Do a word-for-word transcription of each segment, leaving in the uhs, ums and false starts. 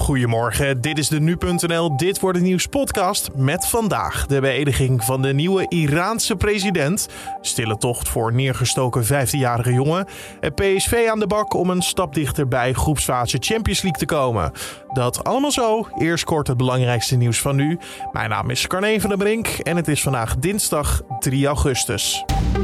Goedemorgen, dit is de nu punt n l Dit wordt het nieuws podcast met vandaag de beëdiging van de nieuwe Iraanse president. Stille tocht voor neergestoken vijftienjarige jongen. En P S V aan de bak om een stap dichter bij groepsfase Champions League te komen. Dat allemaal zo. Eerst kort het belangrijkste nieuws van nu. Mijn naam is Carne van der Brink en het is vandaag dinsdag drie augustus.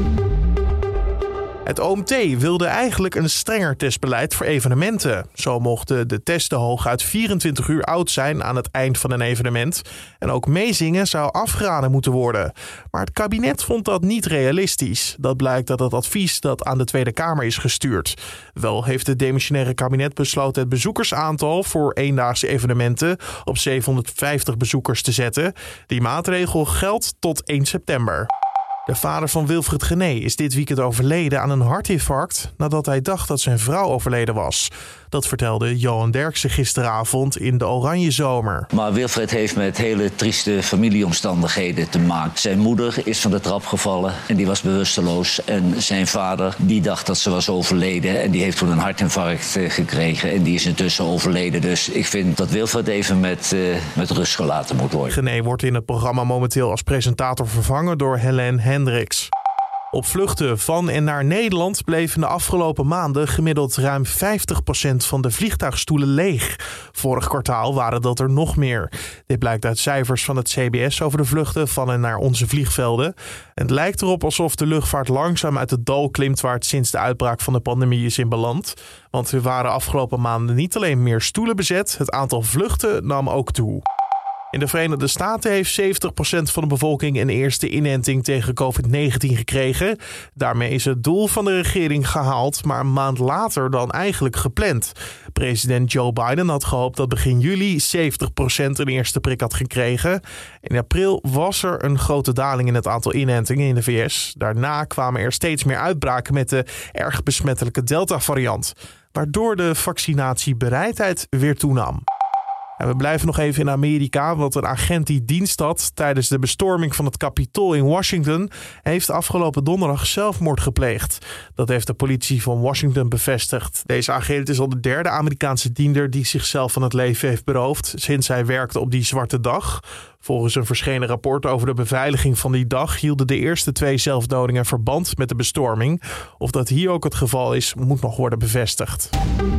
Het O M T wilde eigenlijk een strenger testbeleid voor evenementen. Zo mochten de testen hooguit vierentwintig uur oud zijn aan het eind van een evenement. En ook meezingen zou afgeraden moeten worden. Maar het kabinet vond dat niet realistisch. Dat blijkt uit het advies dat aan de Tweede Kamer is gestuurd. Wel heeft het demissionaire kabinet besloten het bezoekersaantal voor eendaagse evenementen op zevenhonderdvijftig bezoekers te zetten. Die maatregel geldt tot één september. De vader van Wilfried Gené is dit weekend overleden aan een hartinfarct nadat hij dacht dat zijn vrouw overleden was. Dat vertelde Johan Derksen gisteravond in de Oranje Zomer. Maar Wilfried heeft met hele trieste familieomstandigheden te maken. Zijn moeder is van de trap gevallen en die was bewusteloos. En zijn vader die dacht dat ze was overleden en die heeft toen een hartinfarct gekregen. En die is intussen overleden. Dus ik vind dat Wilfried even met, uh, met rust gelaten moet worden. Gené wordt in het programma momenteel als presentator vervangen door Hélène Hendricks. Op vluchten van en naar Nederland bleven de afgelopen maanden gemiddeld ruim vijftig procent van de vliegtuigstoelen leeg. Vorig kwartaal waren dat er nog meer. Dit blijkt uit cijfers van het C B S over de vluchten van en naar onze vliegvelden. Het lijkt erop alsof de luchtvaart langzaam uit het dal klimt waar het sinds de uitbraak van de pandemie is in beland. Want er waren afgelopen maanden niet alleen meer stoelen bezet, het aantal vluchten nam ook toe. In de Verenigde Staten heeft zeventig procent van de bevolking een eerste inenting tegen covid negentien gekregen. Daarmee is het doel van de regering gehaald, maar een maand later dan eigenlijk gepland. President Joe Biden had gehoopt dat begin juli zeventig procent een eerste prik had gekregen. In april was er een grote daling in het aantal inentingen in de V S. Daarna kwamen er steeds meer uitbraken met de erg besmettelijke Delta-variant, waardoor de vaccinatiebereidheid weer toenam. En we blijven nog even in Amerika, want een agent die dienst had tijdens de bestorming van het Capitool in Washington heeft afgelopen donderdag zelfmoord gepleegd. Dat heeft de politie van Washington bevestigd. Deze agent is al de derde Amerikaanse diender die zichzelf van het leven heeft beroofd sinds hij werkte op die zwarte dag. Volgens een verschenen rapport over de beveiliging van die dag hielden de eerste twee zelfdodingen verband met de bestorming. Of dat hier ook het geval is, moet nog worden bevestigd.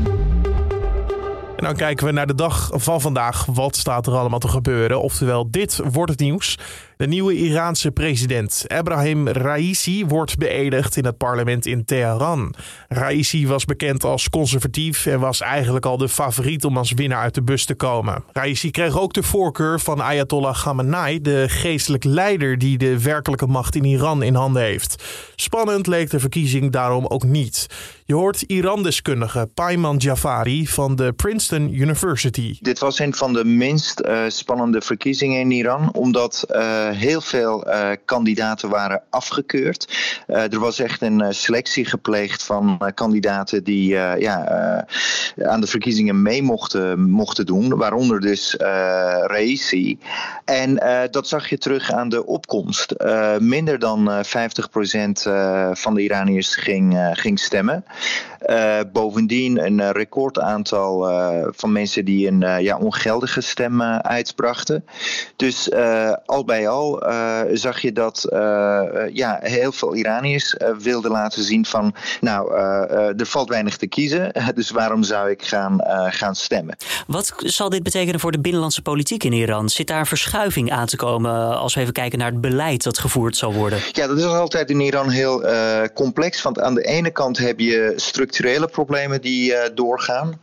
En dan kijken we naar de dag van vandaag. Wat staat er allemaal te gebeuren? Oftewel, dit wordt het nieuws. De nieuwe Iraanse president Ebrahim Raisi wordt beëdigd in het parlement in Teheran. Raisi was bekend als conservatief en was eigenlijk al de favoriet om als winnaar uit de bus te komen. Raisi kreeg ook de voorkeur van Ayatollah Khamenei, de geestelijk leider die de werkelijke macht in Iran in handen heeft. Spannend leek de verkiezing daarom ook niet. Je hoort Iran-deskundige Payman Jafari van de Princeton University. Dit was een van de minst uh, spannende verkiezingen in Iran, omdat uh, heel veel uh, kandidaten waren afgekeurd. Uh, er was echt een uh, selectie gepleegd van uh, kandidaten die uh, ja, uh, aan de verkiezingen mee mochten, mochten doen, waaronder dus uh, Raisi. En uh, dat zag je terug aan de opkomst. Uh, minder dan uh, vijftig procent uh, van de Iraniërs ging, uh, ging stemmen. Uh, bovendien een uh, recordaantal uh, van mensen die een uh, ja, ongeldige stem uh, uitbrachten. Dus uh, al bij al uh, zag je dat uh, uh, ja, heel veel Iraniërs uh, wilden laten zien van nou, uh, uh, er valt weinig te kiezen, dus waarom zou ik gaan, uh, gaan stemmen? Wat zal dit betekenen voor de binnenlandse politiek in Iran? Zit daar een verschuiving aan te komen als we even kijken naar het beleid dat gevoerd zal worden? Ja, dat is altijd in Iran heel uh, complex, want aan de ene kant heb je structurele problemen die uh, doorgaan.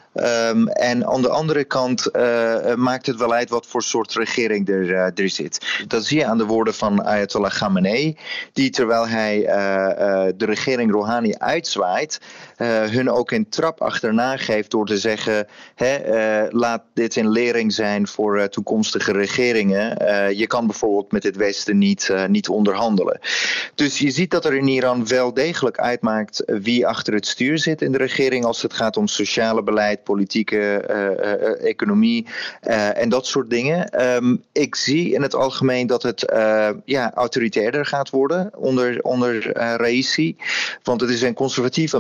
Um, en aan de andere kant uh, maakt het wel uit wat voor soort regering er, uh, er zit. Dat zie je aan de woorden van Ayatollah Khamenei, die terwijl hij uh, uh, de regering Rouhani uitzwaait, uh, hun ook een trap achterna geeft door te zeggen, hè, uh, laat dit een lering zijn voor uh, toekomstige regeringen. Uh, je kan bijvoorbeeld met het Westen niet, uh, niet onderhandelen. Dus je ziet dat er in Iran wel degelijk uitmaakt wie achter het stuur zit in de regering als het gaat om sociale beleid, politieke uh, uh, economie uh, en dat soort dingen. Um, ik zie in het algemeen dat het uh, ja, autoritairder gaat worden onder, onder uh, Raisi. Want het is een conservatieve man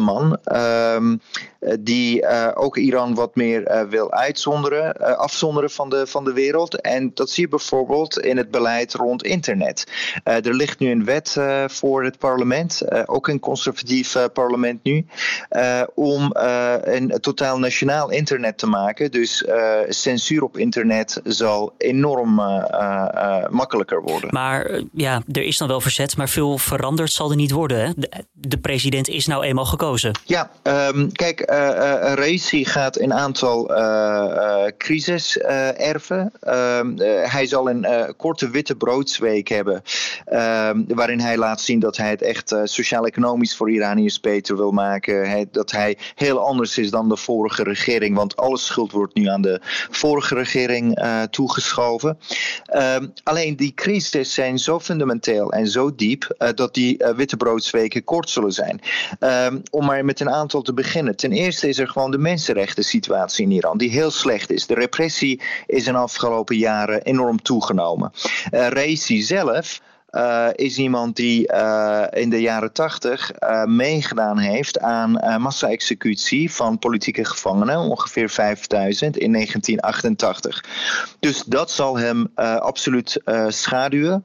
Um, die uh, ook Iran wat meer uh, wil uitzonderen, uh, afzonderen van de, van de wereld. En dat zie je bijvoorbeeld in het beleid rond internet. Uh, er ligt nu een wet uh, voor het parlement, uh, ook een conservatief uh, parlement nu, uh, om uh, een totaal nationaal internet te maken. Dus uh, censuur op internet zal enorm uh, uh, makkelijker worden. Maar uh, ja, er is dan wel verzet, maar veel veranderd zal er niet worden. Hè? De, de president is nou eenmaal gekozen. Ja, um, kijk, uh, uh, Raisi gaat een aantal uh, uh, crisis uh, erven. Uh, uh, hij zal een uh, korte witte broodsweek hebben, uh, waarin hij laat zien dat hij het echt uh, sociaal-economisch voor Iraniërs beter wil maken. Hij, dat hij heel anders is dan de vorige regering, want alle schuld wordt nu aan de vorige regering uh, toegeschoven. Uh, alleen die crisis zijn zo fundamenteel en zo diep uh, dat die uh, witte broodsweken kort zullen zijn. Uh, om maar met een aantal te beginnen. Ten eerste is er gewoon de mensenrechten situatie in Iran, die heel slecht is. De repressie is in de afgelopen jaren enorm toegenomen. Uh, Raisi zelf Uh, is iemand die uh, in de jaren tachtig uh, meegedaan heeft aan uh, massa-executie van politieke gevangenen, ongeveer vijfduizend in negentien achtentachtig. Dus dat zal hem uh, absoluut uh, schaduwen.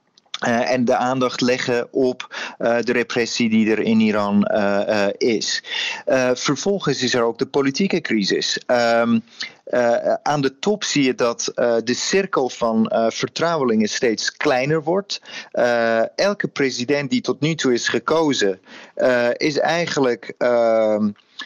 Uh, en de aandacht leggen op uh, de repressie die er in Iran uh, uh, is. Uh, vervolgens is er ook de politieke crisis. Um, Uh, aan de top zie je dat uh, de cirkel van uh, vertrouwelingen steeds kleiner wordt. Uh, elke president die tot nu toe is gekozen, uh, is eigenlijk Uh,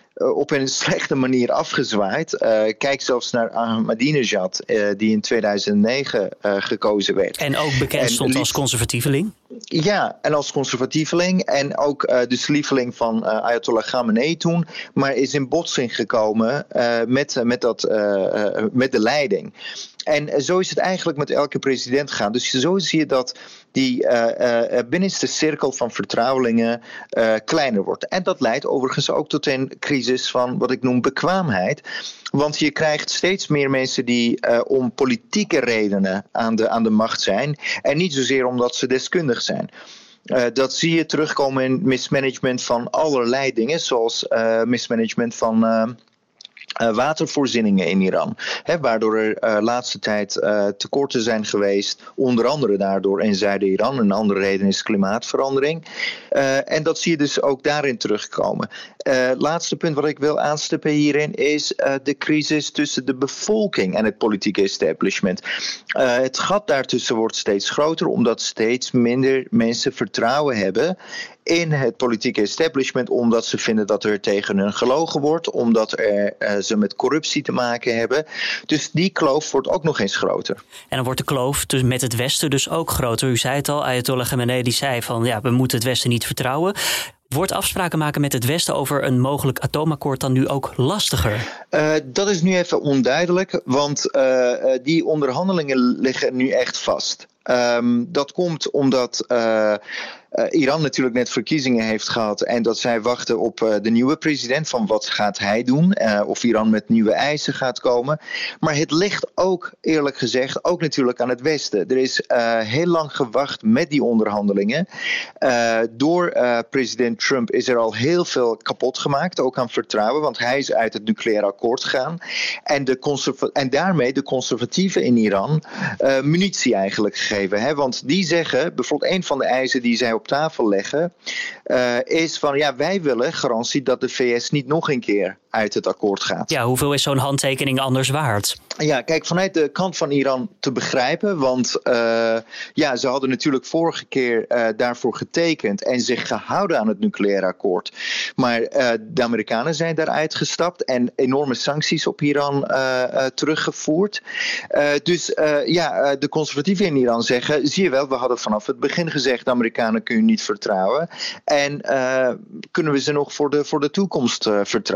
op een slechte manier afgezwaaid. Uh, kijk zelfs naar Ahmadinejad, uh, die in tweeduizend negen uh, gekozen werd. En ook bekend en stond lief... als conservatieveling? Ja, en als conservatieveling. En ook uh, dus lieveling van uh, Ayatollah Khamenei toen. Maar is in botsing gekomen uh, met, met, dat, uh, uh, met de leiding. En zo is het eigenlijk met elke president gaan. Dus zo zie je dat die uh, uh, binnenste cirkel van vertrouwelingen uh, kleiner wordt. En dat leidt overigens ook tot een crisis van wat ik noem bekwaamheid. Want je krijgt steeds meer mensen die uh, om politieke redenen aan de, aan de macht zijn. En niet zozeer omdat ze deskundig zijn. Uh, dat zie je terugkomen in mismanagement van allerlei dingen. Zoals uh, mismanagement van Uh, Uh, watervoorzieningen in Iran. Hè, waardoor er uh, laatste tijd uh, tekorten zijn geweest. Onder andere daardoor in Zuid-Iran. Een andere reden is klimaatverandering. Uh, en dat zie je dus ook daarin terugkomen. Uh, laatste punt wat ik wil aanstippen hierin is uh, de crisis tussen de bevolking en het politieke establishment. Uh, het gat daartussen wordt steeds groter omdat steeds minder mensen vertrouwen hebben in het politieke establishment, omdat ze vinden dat er tegen hun gelogen wordt, omdat er, uh, ze met corruptie te maken hebben. Dus die kloof wordt ook nog eens groter. En dan wordt de kloof dus met het Westen dus ook groter. U zei het al, Ayatollah Khamenei die zei van ja, we moeten het Westen niet vertrouwen. Wordt afspraken maken met het Westen over een mogelijk atoomakkoord dan nu ook lastiger? Uh, dat is nu even onduidelijk, want uh, die onderhandelingen liggen nu echt vast. Um, dat komt omdat Uh, Uh, Iran natuurlijk net verkiezingen heeft gehad en dat zij wachten op uh, de nieuwe president van wat gaat hij doen, uh, of Iran met nieuwe eisen gaat komen. Maar het ligt ook, eerlijk gezegd, ook natuurlijk aan het Westen. Er is uh, heel lang gewacht met die onderhandelingen. Uh, door uh, president Trump is er al heel veel kapot gemaakt, ook aan vertrouwen, want hij is uit het nucleair akkoord gegaan. En, de conserva- en daarmee de conservatieven in Iran uh, munitie eigenlijk gegeven. Hè? Want die zeggen, bijvoorbeeld een van de eisen die zij op tafel leggen, uh, is van ja, wij willen garantie dat de V S niet nog een keer uit het akkoord gaat. Ja, hoeveel is zo'n handtekening anders waard? Ja, kijk, vanuit de kant van Iran te begrijpen, want uh, ja, ze hadden natuurlijk vorige keer uh, daarvoor getekend en zich gehouden aan het nucleair akkoord. Maar uh, de Amerikanen zijn daaruit gestapt en enorme sancties op Iran uh, uh, teruggevoerd. Uh, dus uh, ja, uh, de conservatieven in Iran zeggen, zie je wel, we hadden vanaf het begin gezegd, de Amerikanen kun je niet vertrouwen. En uh, kunnen we ze nog voor de, voor de toekomst uh, vertrouwen?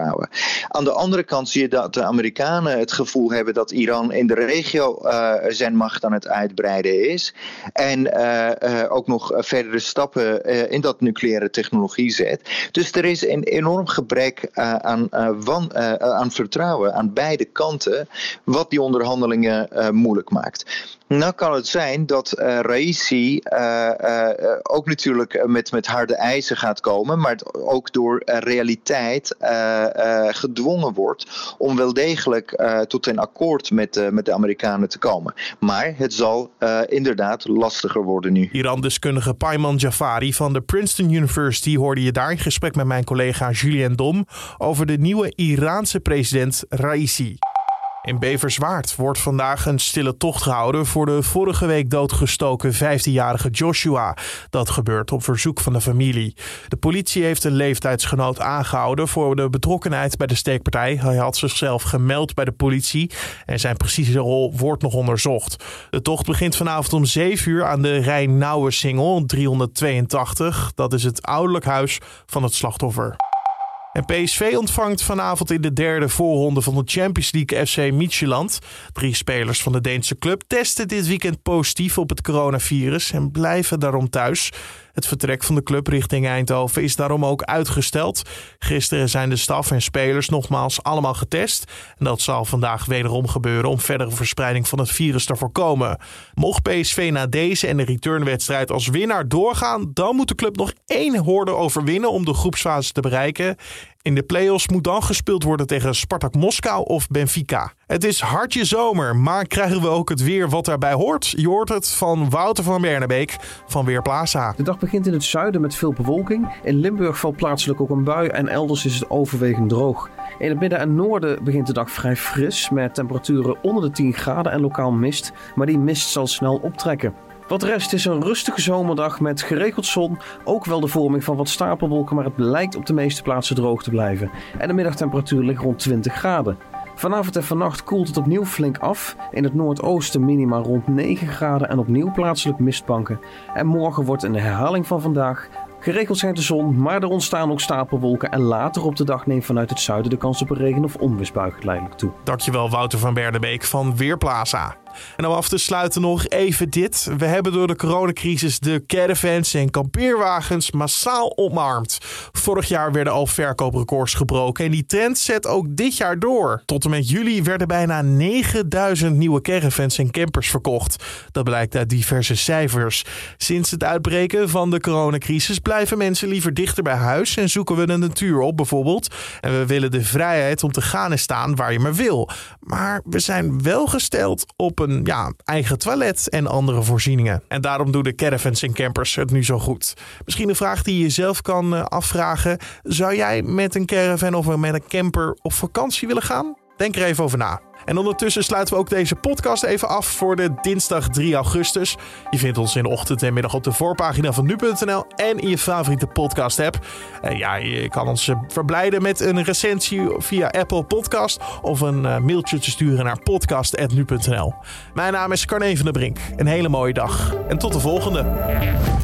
Aan de andere kant zie je dat de Amerikanen het gevoel hebben dat Iran in de regio uh, zijn macht aan het uitbreiden is. En uh, uh, ook nog verdere stappen uh, in dat nucleaire technologie zet. Dus er is een enorm gebrek uh, aan, uh, wan, uh, aan vertrouwen aan beide kanten, wat die onderhandelingen uh, moeilijk maakt. Nou kan het zijn dat uh, Raisi uh, uh, ook natuurlijk met, met harde eisen gaat komen, maar ook door uh, realiteit uh, uh, gedwongen wordt om wel degelijk uh, tot een akkoord met, uh, met de Amerikanen te komen. Maar het zal uh, inderdaad lastiger worden nu. Iran-deskundige Payman Jafari van de Princeton University hoorde je daar in gesprek met mijn collega Julien Dom over de nieuwe Iraanse president Raisi. In Beverswaard wordt vandaag een stille tocht gehouden voor de vorige week doodgestoken vijftienjarige Joshua. Dat gebeurt op verzoek van de familie. De politie heeft een leeftijdsgenoot aangehouden voor de betrokkenheid bij de steekpartij. Hij had zichzelf gemeld bij de politie en zijn precieze rol wordt nog onderzocht. De tocht begint vanavond om zeven uur aan de Rijn-Nauwe-singel driehonderdtweeëntachtig. Dat is het ouderlijk huis van het slachtoffer. En P S V ontvangt vanavond in de derde voorronde van de Champions League F C Midtjylland. Drie spelers van de Deense club testen dit weekend positief op het coronavirus en blijven daarom thuis. Het vertrek van de club richting Eindhoven is daarom ook uitgesteld. Gisteren zijn de staf en spelers nogmaals allemaal getest. En dat zal vandaag wederom gebeuren om verdere verspreiding van het virus te voorkomen. Mocht P S V na deze en de returnwedstrijd als winnaar doorgaan, dan moet de club nog één horde overwinnen om de groepsfase te bereiken. In de play-offs moet dan gespeeld worden tegen Spartak Moskou of Benfica. Het is hartje zomer, maar krijgen we ook het weer wat daarbij hoort? Je hoort het van Wouter van Bernebeek van Weerplaza. De dag begint in het zuiden met veel bewolking. In Limburg valt plaatselijk ook een bui en elders is het overwegend droog. In het midden en noorden begint de dag vrij fris met temperaturen onder de tien graden en lokaal mist. Maar die mist zal snel optrekken. Wat rest is een rustige zomerdag met geregeld zon, ook wel de vorming van wat stapelwolken, maar het lijkt op de meeste plaatsen droog te blijven. En de middagtemperatuur ligt rond twintig graden. Vanavond en vannacht koelt het opnieuw flink af. In het noordoosten minima rond negen graden en opnieuw plaatselijk mistbanken. En morgen wordt in de herhaling van vandaag geregeld schijnt de zon, maar er ontstaan ook stapelwolken en later op de dag neemt vanuit het zuiden de kans op een regen- of onweersbui geleidelijk toe. Dankjewel Wouter van Bernebeek van Weerplaza. En om af te sluiten nog even dit. We hebben door de coronacrisis de caravans en kampeerwagens massaal omarmd. Vorig jaar werden al verkooprecords gebroken en die trend zet ook dit jaar door. Tot en met juli werden bijna negenduizend nieuwe caravans en campers verkocht. Dat blijkt uit diverse cijfers. Sinds het uitbreken van de coronacrisis blijven mensen liever dichter bij huis en zoeken we de natuur op bijvoorbeeld. En we willen de vrijheid om te gaan en staan waar je maar wil. Maar we zijn wel gesteld op een ja, eigen toilet en andere voorzieningen. En daarom doen de caravans en campers het nu zo goed. Misschien een vraag die je zelf kan uh, afvragen. Zou jij met een caravan of met een camper op vakantie willen gaan? Denk er even over na. En ondertussen sluiten we ook deze podcast even af voor de dinsdag drie augustus. Je vindt ons in de ochtend en middag op de voorpagina van nu punt n l en in je favoriete podcast app. En ja, je kan ons verblijden met een recensie via Apple Podcast of een mailtje te sturen naar podcast apenstaartje nu punt n l. Mijn naam is Carne van der Brink. Een hele mooie dag en tot de volgende.